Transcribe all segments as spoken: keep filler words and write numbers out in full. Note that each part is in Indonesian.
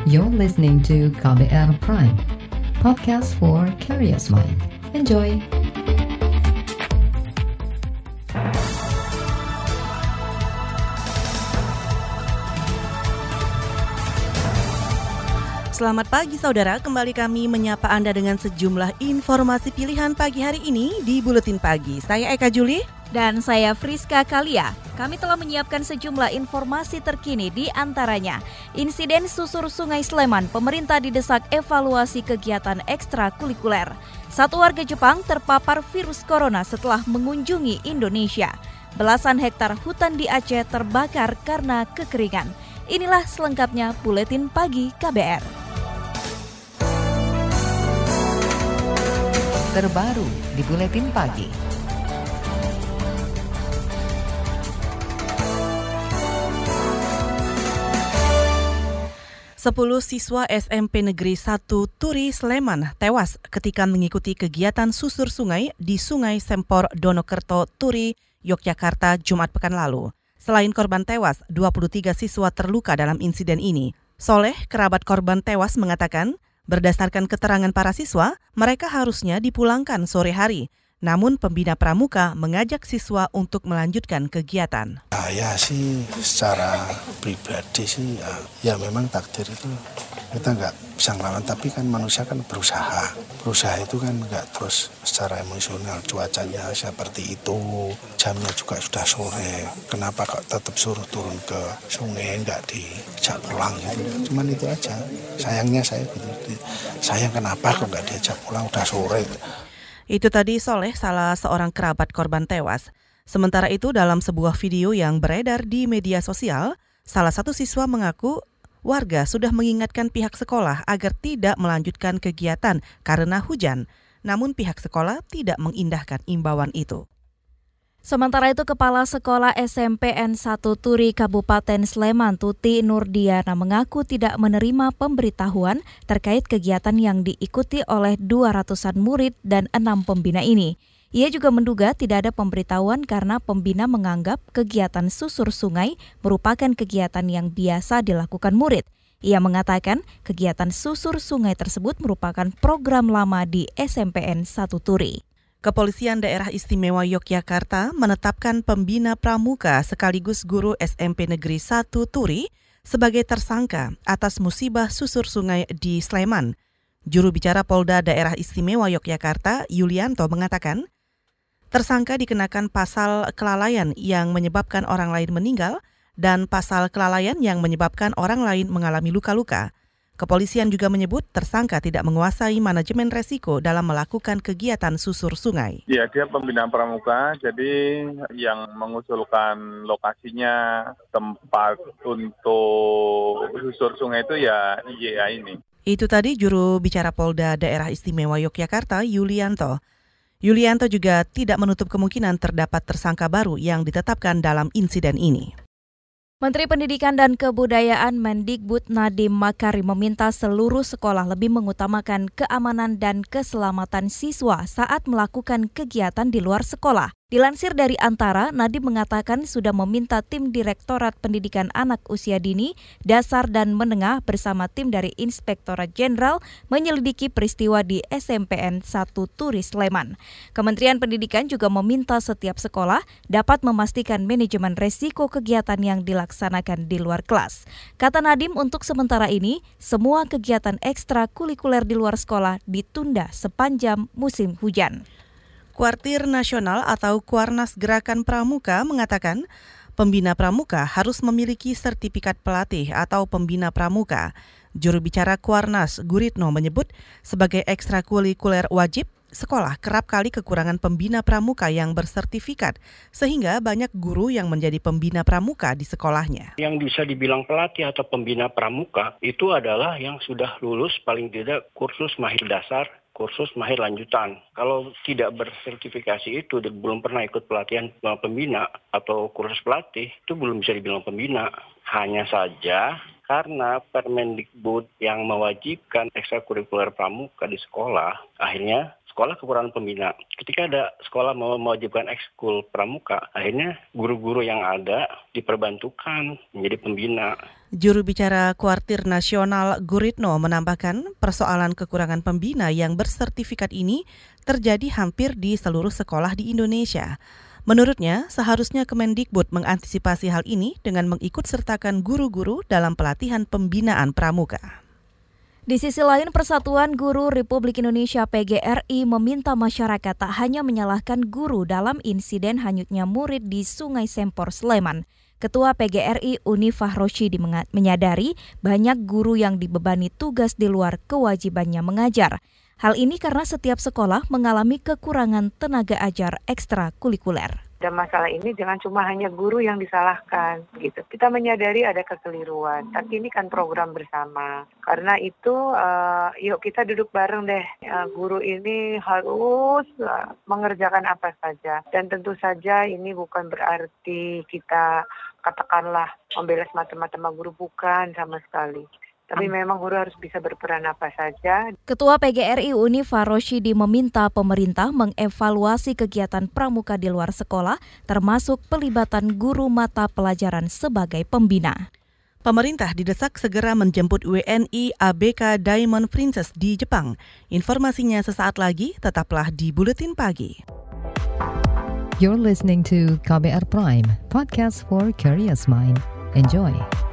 You're listening to K B R Prime, podcast for curious mind. Enjoy! Selamat pagi saudara, kembali kami menyapa Anda dengan sejumlah informasi pilihan pagi hari ini di Buletin Pagi. Saya Eka Juli. Dan saya Friska Kalia. Kami telah menyiapkan sejumlah informasi terkini, di antaranya insiden susur Sungai Sleman, pemerintah didesak evaluasi kegiatan ekstrakurikuler. Satu warga Jepang terpapar virus corona setelah mengunjungi Indonesia. Belasan hektar hutan di Aceh terbakar karena kekeringan. Inilah selengkapnya Buletin Pagi K B R. Terbaru di Buletin Pagi. Sepuluh siswa S M P Negeri satu Turi Sleman tewas ketika mengikuti kegiatan susur sungai di Sungai Sempor Donokerto, Turi, Yogyakarta, Jumat pekan lalu. Selain korban tewas, dua puluh tiga siswa terluka dalam insiden ini. Soleh, kerabat korban tewas, mengatakan, berdasarkan keterangan para siswa, mereka harusnya dipulangkan sore hari. Namun pembina pramuka mengajak siswa untuk melanjutkan kegiatan. Saya sih secara pribadi sih ya, ya memang takdir itu kita nggak bisa ngelawan, tapi kan manusia kan berusaha. Berusaha itu kan nggak terus secara emosional, cuacanya seperti itu, jamnya juga sudah sore. Kenapa kok tetap suruh turun ke sungai, nggak diajak pulang gitu. Cuman itu aja, sayangnya saya gitu. Sayang kenapa kok nggak diajak pulang, udah sore. Itu tadi Soleh, salah seorang kerabat korban tewas. Sementara itu dalam sebuah video yang beredar di media sosial, salah satu siswa mengaku warga sudah mengingatkan pihak sekolah agar tidak melanjutkan kegiatan karena hujan. Namun pihak sekolah tidak mengindahkan imbauan itu. Sementara itu, Kepala Sekolah S M P N satu Turi Kabupaten Sleman, Tuti Nurdiana, mengaku tidak menerima pemberitahuan terkait kegiatan yang diikuti oleh dua ratusan murid dan enam pembina ini. Ia juga menduga tidak ada pemberitahuan karena pembina menganggap kegiatan susur sungai merupakan kegiatan yang biasa dilakukan murid. Ia mengatakan kegiatan susur sungai tersebut merupakan program lama di S M P N satu Turi. Kepolisian Daerah Istimewa Yogyakarta menetapkan pembina pramuka sekaligus guru S M P Negeri satu Turi sebagai tersangka atas musibah susur sungai di Sleman. Juru bicara Polda Daerah Istimewa Yogyakarta, Yulianto, mengatakan, tersangka dikenakan pasal kelalaian yang menyebabkan orang lain meninggal dan pasal kelalaian yang menyebabkan orang lain mengalami luka-luka. Kepolisian juga menyebut tersangka tidak menguasai manajemen resiko dalam melakukan kegiatan susur sungai. Ya, dia pembina pramuka, jadi yang mengusulkan lokasinya tempat untuk susur sungai itu ya I Y A ini. Itu tadi juru bicara Polda Daerah Istimewa Yogyakarta, Yulianto. Yulianto juga tidak menutup kemungkinan terdapat tersangka baru yang ditetapkan dalam insiden ini. Menteri Pendidikan dan Kebudayaan Mendikbud Nadiem Makarim meminta seluruh sekolah lebih mengutamakan keamanan dan keselamatan siswa saat melakukan kegiatan di luar sekolah. Dilansir dari Antara, Nadiem mengatakan sudah meminta tim Direktorat Pendidikan Anak Usia Dini, Dasar dan Menengah bersama tim dari Inspektorat Jenderal menyelidiki peristiwa di S M P N satu Turi Sleman. Kementerian Pendidikan juga meminta setiap sekolah dapat memastikan manajemen resiko kegiatan yang dilaksanakan di luar kelas. Kata Nadiem, untuk sementara ini, semua kegiatan ekstrakurikuler di luar sekolah ditunda sepanjang musim hujan. Kuartir Nasional atau Kuarnas Gerakan Pramuka mengatakan pembina pramuka harus memiliki sertifikat pelatih atau pembina pramuka. Juru bicara Kuarnas, Guritno, menyebut sebagai ekstrakurikuler wajib, sekolah kerap kali kekurangan pembina pramuka yang bersertifikat, sehingga banyak guru yang menjadi pembina pramuka di sekolahnya. Yang bisa dibilang pelatih atau pembina pramuka itu adalah yang sudah lulus paling tidak kursus mahir dasar, kursus mahir lanjutan. Kalau tidak bersertifikasi itu dan belum pernah ikut pelatihan pembina atau kursus pelatih, itu belum bisa dibilang pembina. Hanya saja karena Permendikbud yang mewajibkan ekstrakurikuler pramuka di sekolah, akhirnya sekolah kekurangan pembina. Ketika ada sekolah mau mewajibkan ekskul pramuka, akhirnya guru-guru yang ada diperbantukan menjadi pembina. Juru bicara Kuartir Nasional Guritno menambahkan persoalan kekurangan pembina yang bersertifikat ini terjadi hampir di seluruh sekolah di Indonesia. Menurutnya, seharusnya Kemendikbud mengantisipasi hal ini dengan mengikutsertakan guru-guru dalam pelatihan pembinaan pramuka. Di sisi lain, Persatuan Guru Republik Indonesia P G R I meminta masyarakat tak hanya menyalahkan guru dalam insiden hanyutnya murid di Sungai Sempor, Sleman. Ketua P G R I Unifah Roshidi menyadari banyak guru yang dibebani tugas di luar kewajibannya mengajar. Hal ini karena setiap sekolah mengalami kekurangan tenaga ajar ekstrakurikuler. Dan masalah ini jangan cuma hanya guru yang disalahkan, gitu. Kita menyadari ada kekeliruan, tapi ini kan program bersama. Karena itu, uh, yuk kita duduk bareng deh. Uh, guru ini harus uh, mengerjakan apa saja. Dan tentu saja ini bukan berarti kita katakanlah membela semata-mata guru, bukan sama sekali. Tapi memang guru harus bisa berperan apa saja. Ketua P G R I Unifah Roshidi meminta pemerintah mengevaluasi kegiatan pramuka di luar sekolah, termasuk pelibatan guru mata pelajaran sebagai pembina. Pemerintah didesak segera menjemput W N I A B K Diamond Princess di Jepang. Informasinya sesaat lagi, tetaplah di Buletin Pagi. You're listening to K B R Prime, podcast for curious mind. Enjoy.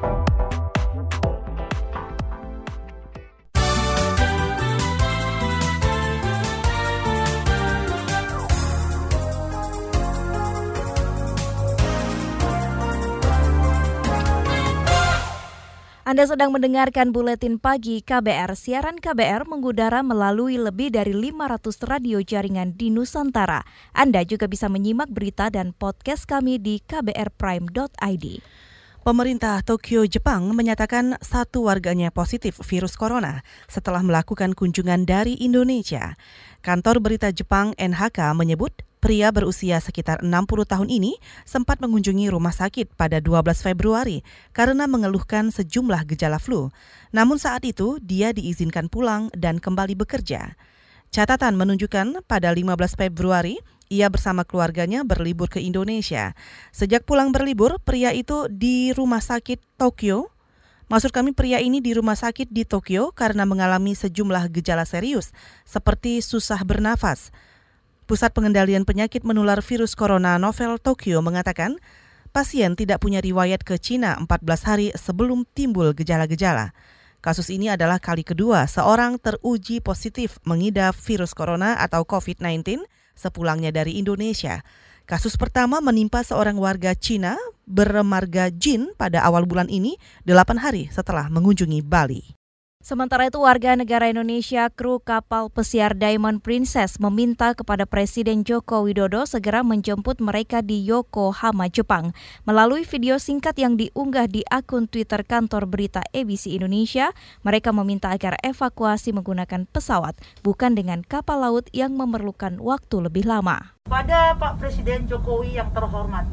Anda sedang mendengarkan Buletin Pagi K B R. Siaran K B R mengudara melalui lebih dari lima ratus radio jaringan di Nusantara. Anda juga bisa menyimak berita dan podcast kami di k b r prime dot i d. Pemerintah Tokyo, Jepang menyatakan satu warganya positif virus corona setelah melakukan kunjungan dari Indonesia. Kantor berita Jepang N H K menyebut pria berusia sekitar enam puluh tahun ini sempat mengunjungi rumah sakit pada dua belas Februari karena mengeluhkan sejumlah gejala flu. Namun saat itu dia diizinkan pulang dan kembali bekerja. Catatan menunjukkan pada lima belas Februari ia bersama keluarganya berlibur ke Indonesia. Sejak pulang berlibur, pria itu di rumah sakit Tokyo. Maksud kami pria ini di rumah sakit di Tokyo karena mengalami sejumlah gejala serius seperti susah bernafas. Pusat Pengendalian Penyakit Menular Virus Corona Novel Tokyo mengatakan pasien tidak punya riwayat ke Cina empat belas hari sebelum timbul gejala-gejala. Kasus ini adalah kali kedua seorang teruji positif mengidap virus corona atau covid sembilan belas sepulangnya dari Indonesia. Kasus pertama menimpa seorang warga Cina bermarga Jin pada awal bulan ini, delapan hari setelah mengunjungi Bali. Sementara itu, warga negara Indonesia kru kapal pesiar Diamond Princess meminta kepada Presiden Joko Widodo segera menjemput mereka di Yokohama, Jepang. Melalui video singkat yang diunggah di akun Twitter kantor berita A B C Indonesia, mereka meminta agar evakuasi menggunakan pesawat, bukan dengan kapal laut yang memerlukan waktu lebih lama. Pada Pak Presiden Jokowi yang terhormat,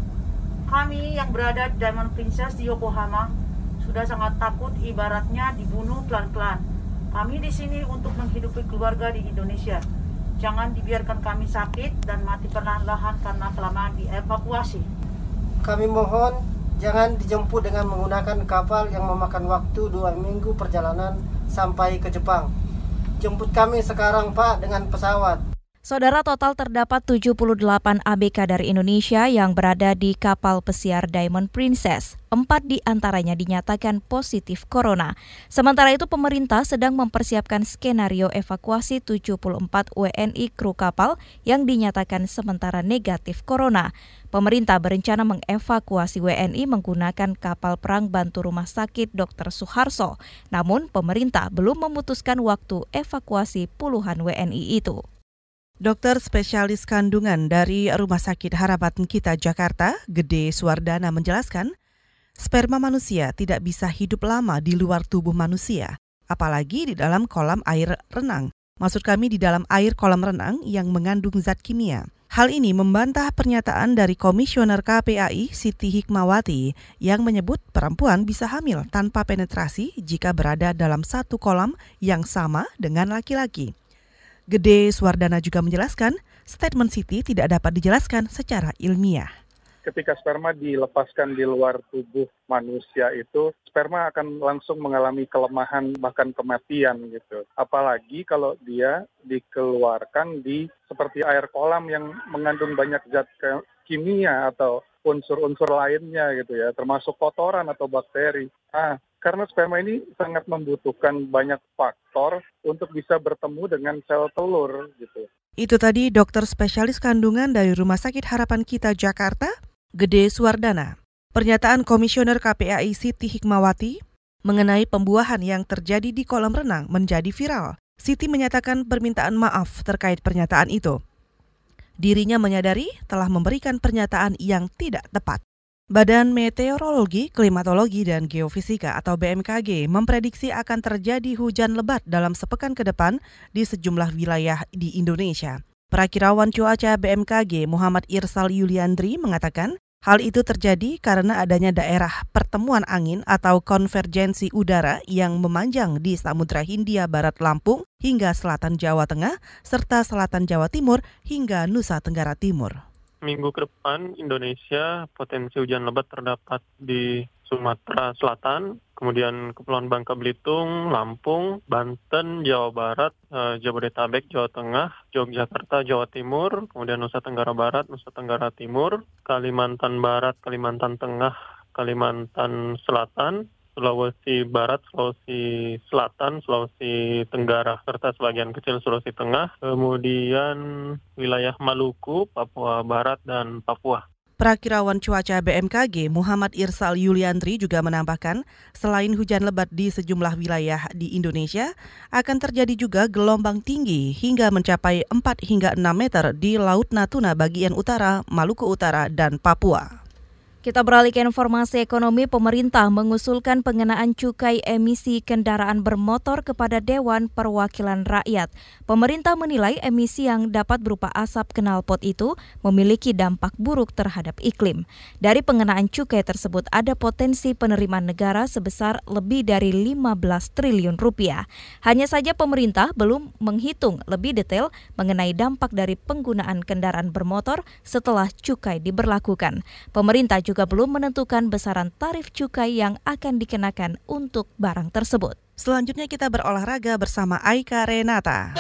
kami yang berada di Diamond Princess di Yokohama sudah sangat takut, ibaratnya dibunuh pelan-pelan. Kami di sini untuk menghidupi keluarga di Indonesia. Jangan dibiarkan kami sakit dan mati perlahan-lahan karena kelamaan dievakuasi. Kami mohon jangan dijemput dengan menggunakan kapal yang memakan waktu dua minggu perjalanan sampai ke Jepang. Jemput kami sekarang, Pak, dengan pesawat. Saudara, total terdapat tujuh puluh delapan A B K dari Indonesia yang berada di kapal pesiar Diamond Princess. Empat di antaranya dinyatakan positif corona. Sementara itu, pemerintah sedang mempersiapkan skenario evakuasi tujuh puluh empat W N I kru kapal yang dinyatakan sementara negatif corona. Pemerintah berencana mengevakuasi W N I menggunakan kapal perang bantu Rumah Sakit Dokter Suharto. Namun, pemerintah belum memutuskan waktu evakuasi puluhan W N I itu. Dokter spesialis kandungan dari Rumah Sakit Harapan Kita Jakarta, Gede Suwardana menjelaskan, sperma manusia tidak bisa hidup lama di luar tubuh manusia, apalagi di dalam kolam air renang. Maksud kami di dalam air kolam renang yang mengandung zat kimia. Hal ini membantah pernyataan dari Komisioner K P A I Siti Hikmawati yang menyebut perempuan bisa hamil tanpa penetrasi jika berada dalam satu kolam yang sama dengan laki-laki. Gede Suwardana juga menjelaskan, statement Siti tidak dapat dijelaskan secara ilmiah. Ketika sperma dilepaskan di luar tubuh manusia itu, sperma akan langsung mengalami kelemahan bahkan kematian gitu. Apalagi kalau dia dikeluarkan di seperti air kolam yang mengandung banyak zat kimia atau unsur-unsur lainnya gitu ya, termasuk kotoran atau bakteri. Nah, karena sperma ini sangat membutuhkan banyak faktor untuk bisa bertemu dengan sel telur gitu. Itu tadi dokter spesialis kandungan dari Rumah Sakit Harapan Kita Jakarta, Gede Suwardana. Pernyataan Komisioner K P A I Siti Hikmawati mengenai pembuahan yang terjadi di kolam renang menjadi viral. Siti menyatakan permintaan maaf terkait pernyataan itu. Dirinya menyadari telah memberikan pernyataan yang tidak tepat. Badan Meteorologi, Klimatologi, dan Geofisika atau B M K G memprediksi akan terjadi hujan lebat dalam sepekan ke depan di sejumlah wilayah di Indonesia. Perakirawan cuaca B M K G Muhammad Irsal Yuliandri mengatakan hal itu terjadi karena adanya daerah pertemuan angin atau konvergensi udara yang memanjang di Samudra Hindia Barat Lampung hingga selatan Jawa Tengah serta selatan Jawa Timur hingga Nusa Tenggara Timur. Minggu ke depan Indonesia potensi hujan lebat terdapat di Sumatera Selatan, kemudian Kepulauan Bangka Belitung, Lampung, Banten, Jawa Barat, Jabodetabek, Jawa Tengah, Yogyakarta, Jawa Timur, kemudian Nusa Tenggara Barat, Nusa Tenggara Timur, Kalimantan Barat, Kalimantan Tengah, Kalimantan Selatan, Sulawesi Barat, Sulawesi Selatan, Sulawesi Tenggara, serta sebagian kecil Sulawesi Tengah, kemudian wilayah Maluku, Papua Barat, dan Papua. Perakirawan cuaca B M K G Muhammad Irsal Yuliandri juga menambahkan, selain hujan lebat di sejumlah wilayah di Indonesia, akan terjadi juga gelombang tinggi hingga mencapai empat hingga enam meter di Laut Natuna bagian utara, Maluku Utara, dan Papua. Kita beralih ke informasi ekonomi. Pemerintah mengusulkan pengenaan cukai emisi kendaraan bermotor kepada Dewan Perwakilan Rakyat. Pemerintah menilai emisi yang dapat berupa asap knalpot itu memiliki dampak buruk terhadap iklim. Dari pengenaan cukai tersebut ada potensi penerimaan negara sebesar lebih dari lima belas triliun rupiah. Hanya saja pemerintah belum menghitung lebih detail mengenai dampak dari penggunaan kendaraan bermotor setelah cukai diberlakukan. Pemerintah juga juga belum menentukan besaran tarif cukai yang akan dikenakan untuk barang tersebut. Selanjutnya kita berolahraga bersama Aika Renata.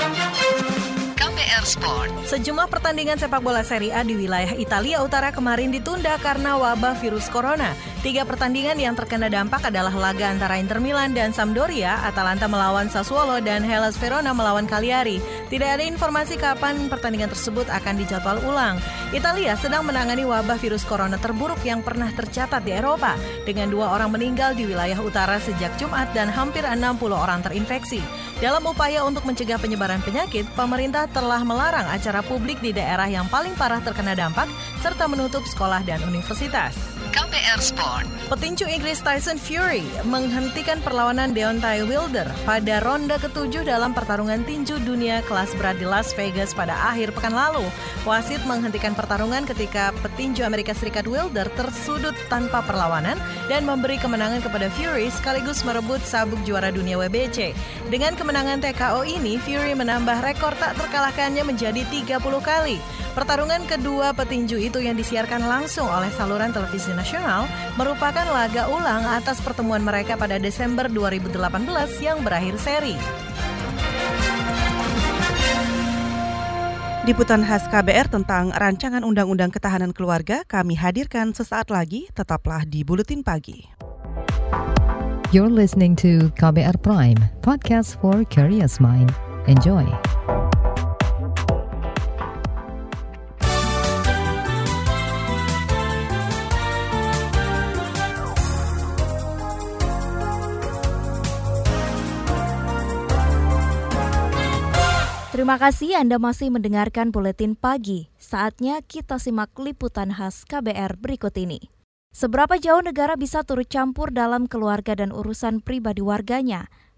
K B R Sport. Sejumlah pertandingan sepak bola Serie A di wilayah Italia Utara kemarin ditunda karena wabah virus corona. Tiga pertandingan yang terkena dampak adalah laga antara Inter Milan dan Sampdoria, Atalanta melawan Sassuolo, dan Hellas Verona melawan Cagliari. Tidak ada informasi kapan pertandingan tersebut akan dijadwal ulang. Italia sedang menangani wabah virus corona terburuk yang pernah tercatat di Eropa, dengan dua orang meninggal di wilayah utara sejak Jumat dan hampir enam puluh orang terinfeksi. Dalam upaya untuk mencegah penyebaran penyakit, pemerintah telah melarang acara publik di daerah yang paling parah terkena dampak, serta menutup sekolah dan universitas. K B R Sport. Petinju Inggris Tyson Fury menghentikan perlawanan Deontay Wilder pada ronde ketujuh dalam pertarungan tinju dunia kelas berat di Las Vegas pada akhir pekan lalu. Wasit menghentikan pertarungan ketika petinju Amerika Serikat Wilder tersudut tanpa perlawanan dan memberi kemenangan kepada Fury sekaligus merebut sabuk juara dunia W B C. Dengan kemenangan T K O ini, Fury menambah rekor tak terkalahkannya menjadi tiga puluh kali. Pertarungan kedua petinju itu yang disiarkan langsung oleh saluran televisi nasional merupakan laga ulang atas pertemuan mereka pada Desember dua ribu delapan belas yang berakhir seri. Liputan khas K B R tentang rancangan Undang-Undang Ketahanan Keluarga kami hadirkan sesaat lagi, tetaplah di Buletin Pagi. You're listening to K B R Prime, podcast for curious mind. Enjoy. Terima kasih Anda masih mendengarkan Buletin Pagi. Saatnya kita simak liputan khas K B R berikut ini. Seberapa jauh negara bisa turut campur dalam keluarga dan urusan pribadi warganya?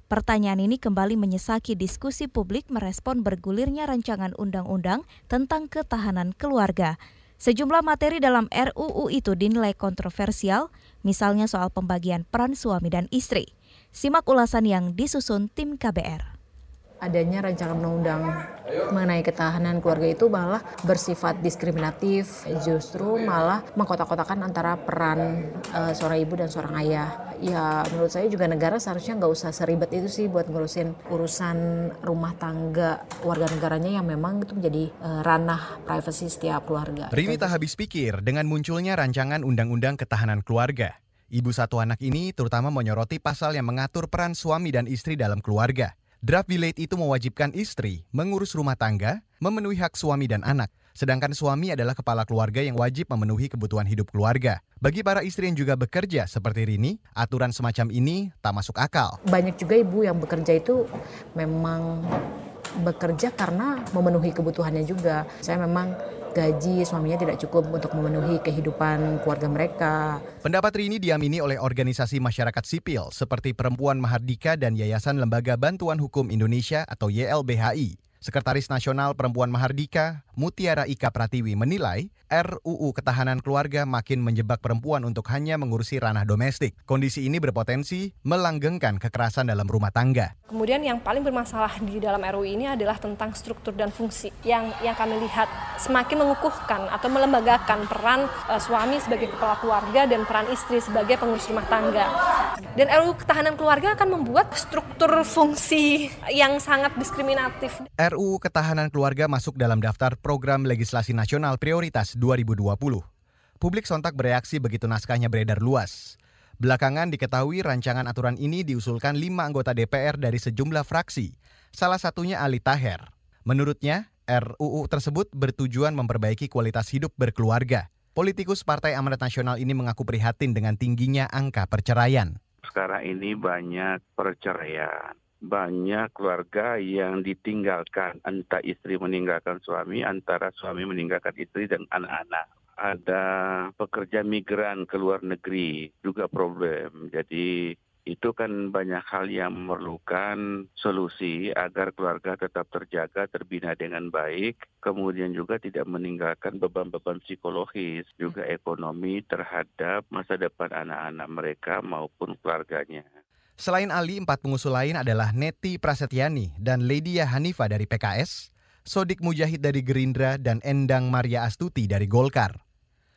Pertanyaan ini kembali menyesaki diskusi publik merespon bergulirnya rancangan undang-undang tentang ketahanan keluarga. Sejumlah materi dalam R U U itu dinilai kontroversial, misalnya soal pembagian peran suami dan istri. Simak ulasan yang disusun tim K B R. Adanya rancangan undang-undang mengenai ketahanan keluarga itu malah bersifat diskriminatif, justru malah mengkotak-kotakan antara peran uh, seorang ibu dan seorang ayah. Ya menurut saya juga negara seharusnya nggak usah seribet itu sih buat ngurusin urusan rumah tangga warga negaranya yang memang itu menjadi uh, ranah privasi setiap keluarga. Rini tak habis pikir dengan munculnya rancangan undang-undang ketahanan keluarga. Ibu satu anak ini terutama menyoroti pasal yang mengatur peran suami dan istri dalam keluarga. Draft Villate itu mewajibkan istri mengurus rumah tangga, memenuhi hak suami dan anak. Sedangkan suami adalah kepala keluarga yang wajib memenuhi kebutuhan hidup keluarga. Bagi para istri yang juga bekerja seperti Rini, aturan semacam ini tak masuk akal. Banyak juga ibu yang bekerja itu memang bekerja karena memenuhi kebutuhannya juga. Saya memang gaji suaminya tidak cukup untuk memenuhi kehidupan keluarga mereka. Pendapat Rini diamini oleh organisasi masyarakat sipil seperti Perempuan Mahardika dan Yayasan Lembaga Bantuan Hukum Indonesia atau Y L B H I. Sekretaris Nasional Perempuan Mahardika, Mutiara Ika Pratiwi menilai R U U Ketahanan Keluarga makin menjebak perempuan untuk hanya mengurusi ranah domestik. Kondisi ini berpotensi melanggengkan kekerasan dalam rumah tangga. Kemudian yang paling bermasalah di dalam R U U ini adalah tentang struktur dan fungsi yang yang kami lihat semakin mengukuhkan atau melembagakan peran uh, suami sebagai kepala keluarga dan peran istri sebagai pengurus rumah tangga. Dan R U U Ketahanan Keluarga akan membuat struktur fungsi yang sangat diskriminatif. R U U Ketahanan Keluarga masuk dalam daftar Program Legislasi Nasional Prioritas dua ribu dua puluh. Publik sontak bereaksi begitu naskahnya beredar luas. Belakangan diketahui rancangan aturan ini diusulkan lima anggota D P R dari sejumlah fraksi, salah satunya Ali Taher. Menurutnya, R U U tersebut bertujuan memperbaiki kualitas hidup berkeluarga. Politikus Partai Amanat Nasional ini mengaku prihatin dengan tingginya angka perceraian. Sekarang ini banyak perceraian. Banyak keluarga yang ditinggalkan, entah istri meninggalkan suami, antara suami meninggalkan istri dan anak-anak. Ada pekerja migran ke luar negeri, juga problem. Jadi itu kan banyak hal yang memerlukan solusi agar keluarga tetap terjaga, terbina dengan baik, kemudian juga tidak meninggalkan beban-beban psikologis, juga ekonomi terhadap masa depan anak-anak mereka maupun keluarganya. Selain Ali, empat pengusul lain adalah Neti Prasetyani dan Ledia Hanifa dari P K S, Sodik Mujahid dari Gerindra, dan Endang Maria Astuti dari Golkar.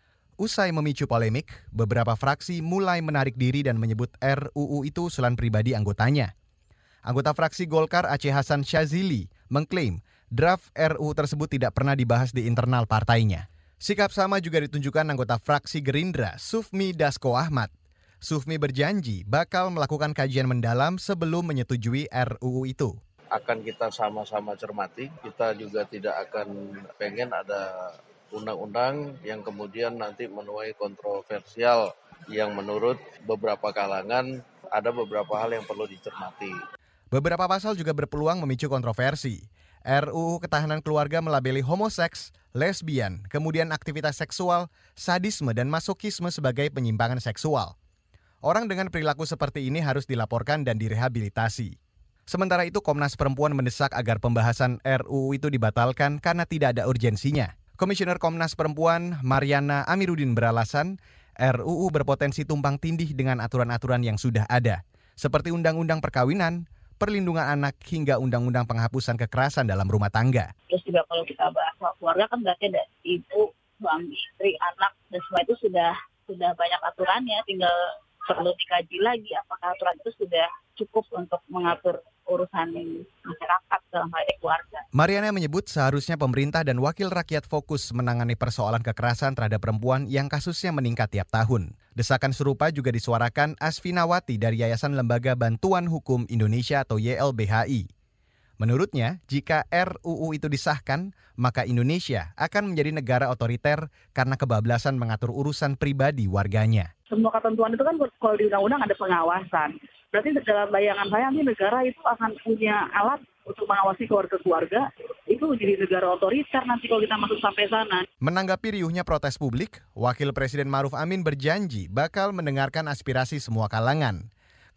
Usai memicu polemik, beberapa fraksi mulai menarik diri dan menyebut R U U itu usulan pribadi anggotanya. Anggota fraksi Golkar Aceh Hasan Syazili mengklaim draft R U U tersebut tidak pernah dibahas di internal partainya. Sikap sama juga ditunjukkan anggota fraksi Gerindra Sufmi Dasko Ahmad. Sufmi berjanji bakal melakukan kajian mendalam sebelum menyetujui R U U itu. Akan kita sama-sama cermati, kita juga tidak akan pengen ada undang-undang yang kemudian nanti menuai kontroversial yang menurut beberapa kalangan ada beberapa hal yang perlu dicermati. Beberapa pasal juga berpeluang memicu kontroversi. R U U Ketahanan Keluarga melabeli homoseks, lesbian, kemudian aktivitas seksual, sadisme dan masokisme sebagai penyimpangan seksual. Orang dengan perilaku seperti ini harus dilaporkan dan direhabilitasi. Sementara itu, Komnas Perempuan mendesak agar pembahasan R U U itu dibatalkan karena tidak ada urgensinya. Komisioner Komnas Perempuan Mariana Amiruddin beralasan R U U berpotensi tumpang tindih dengan aturan-aturan yang sudah ada, seperti Undang-Undang Perkawinan, Perlindungan Anak, hingga Undang-Undang Penghapusan Kekerasan dalam Rumah Tangga. Terus juga kalau kita bahas soal keluarga kan berarti ada ibu, suami, istri, anak, dan semua itu sudah sudah banyak aturannya, tinggal perlu dikaji lagi apakah aturan itu sudah cukup untuk mengatur urusan masyarakat dalam hal keluarga. Mariana menyebut seharusnya pemerintah dan wakil rakyat fokus menangani persoalan kekerasan terhadap perempuan yang kasusnya meningkat tiap tahun. Desakan serupa juga disuarakan Asfinawati dari Yayasan Lembaga Bantuan Hukum Indonesia atau Y L B H I. Menurutnya, jika R U U itu disahkan, maka Indonesia akan menjadi negara otoriter karena kebablasan mengatur urusan pribadi warganya. Semua ketentuan itu kan kalau di undang-undang ada pengawasan. Berarti dalam bayangan saya nanti negara itu akan punya alat untuk mengawasi keluarga-keluarga. Itu jadi negara otoriter nanti kalau kita masuk sampai sana. Menanggapi riuhnya protes publik, Wakil Presiden Ma'ruf Amin berjanji bakal mendengarkan aspirasi semua kalangan.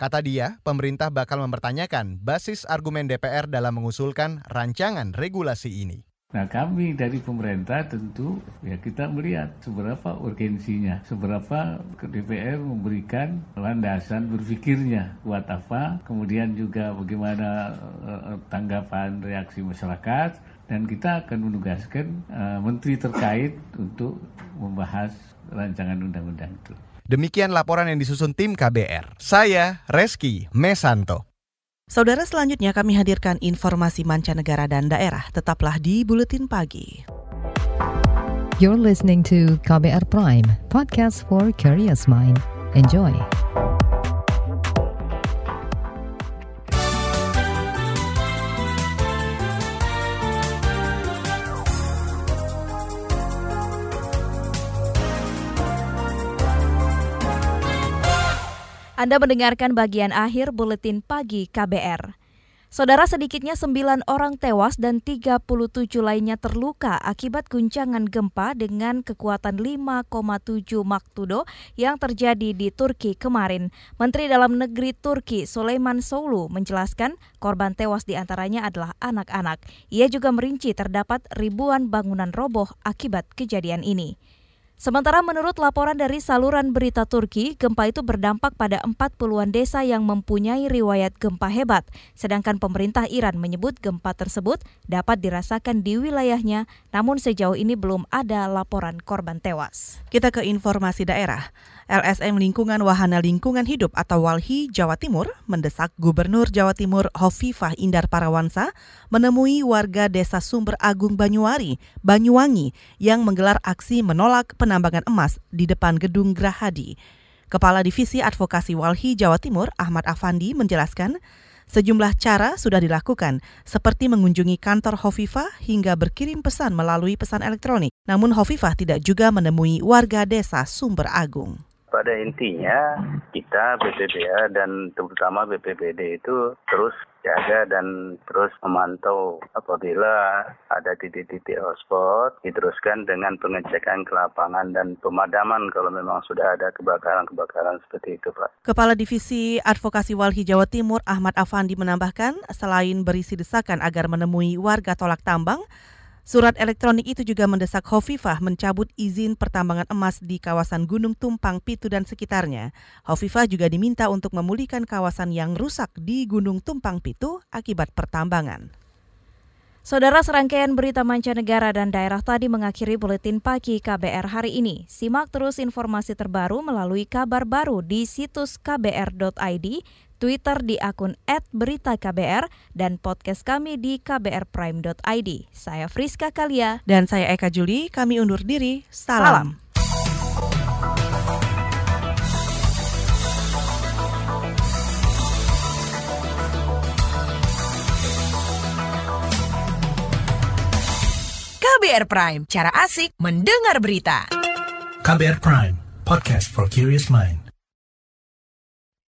Kata dia, pemerintah bakal mempertanyakan basis argumen D P R dalam mengusulkan rancangan regulasi ini. Nah, kami dari pemerintah tentu ya kita melihat seberapa urgensinya, seberapa D P R memberikan landasan berpikirnya, buat apa, kemudian juga bagaimana uh, tanggapan reaksi masyarakat, dan kita akan menugaskan uh, menteri terkait untuk membahas rancangan undang-undang itu. Demikian laporan yang disusun tim K B R. Saya Reski Mesanto. Saudara, selanjutnya kami hadirkan informasi mancanegara dan daerah. Tetaplah di Buletin Pagi. You're listening to K B R Prime, podcast for curious mind. Enjoy. Anda mendengarkan bagian akhir Buletin Pagi K B R. Saudara, sedikitnya sembilan orang tewas dan tiga puluh tujuh lainnya terluka akibat guncangan gempa dengan kekuatan lima koma tujuh magnitudo yang terjadi di Turki kemarin. Menteri Dalam Negeri Turki, Süleyman Soylu, menjelaskan korban tewas diantaranya adalah anak-anak. Ia juga merinci terdapat ribuan bangunan roboh akibat kejadian ini. Sementara menurut laporan dari saluran berita Turki, gempa itu berdampak pada empat puluhan desa yang mempunyai riwayat gempa hebat. Sedangkan pemerintah Iran menyebut gempa tersebut dapat dirasakan di wilayahnya, namun sejauh ini belum ada laporan korban tewas. Kita ke informasi daerah. L S M Lingkungan Wahana Lingkungan Hidup atau Walhi Jawa Timur mendesak Gubernur Jawa Timur Hovifah Indar Parawansa menemui warga Desa Sumber Agung Banyuwari, Banyuwangi yang menggelar aksi menolak penambangan emas di depan gedung Grahadi. Kepala Divisi Advokasi Walhi Jawa Timur Ahmad Afandi menjelaskan sejumlah cara sudah dilakukan seperti mengunjungi kantor Hovifah hingga berkirim pesan melalui pesan elektronik. Namun Hovifah tidak juga menemui warga Desa Sumber Agung. Pada intinya kita B P B A dan terutama B P B D itu terus jaga dan terus memantau apabila ada titik-titik hotspot, diteruskan dengan pengecekan ke lapangan dan pemadaman kalau memang sudah ada kebakaran-kebakaran seperti itu, Pak. Kepala Divisi Advokasi Walhi Jawa Timur Ahmad Afandi menambahkan, selain berisi desakan agar menemui warga tolak tambang, surat elektronik itu juga mendesak Hovifah mencabut izin pertambangan emas di kawasan Gunung Tumpang Pitu dan sekitarnya. Hovifah juga diminta untuk memulihkan kawasan yang rusak di Gunung Tumpang Pitu akibat pertambangan. Saudara, serangkaian berita mancanegara dan daerah tadi mengakhiri Buletin Pagi K B R hari ini. Simak terus informasi terbaru melalui kabar baru di situs k b r dot i d, Twitter di akun et berita k b r, dan podcast kami di k b r prime dot i d. Saya Friska Kalia. Dan saya Eka Juli, kami undur diri. Salam. Salam. K B R Prime, cara asik mendengar berita. K B R Prime, podcast for curious mind.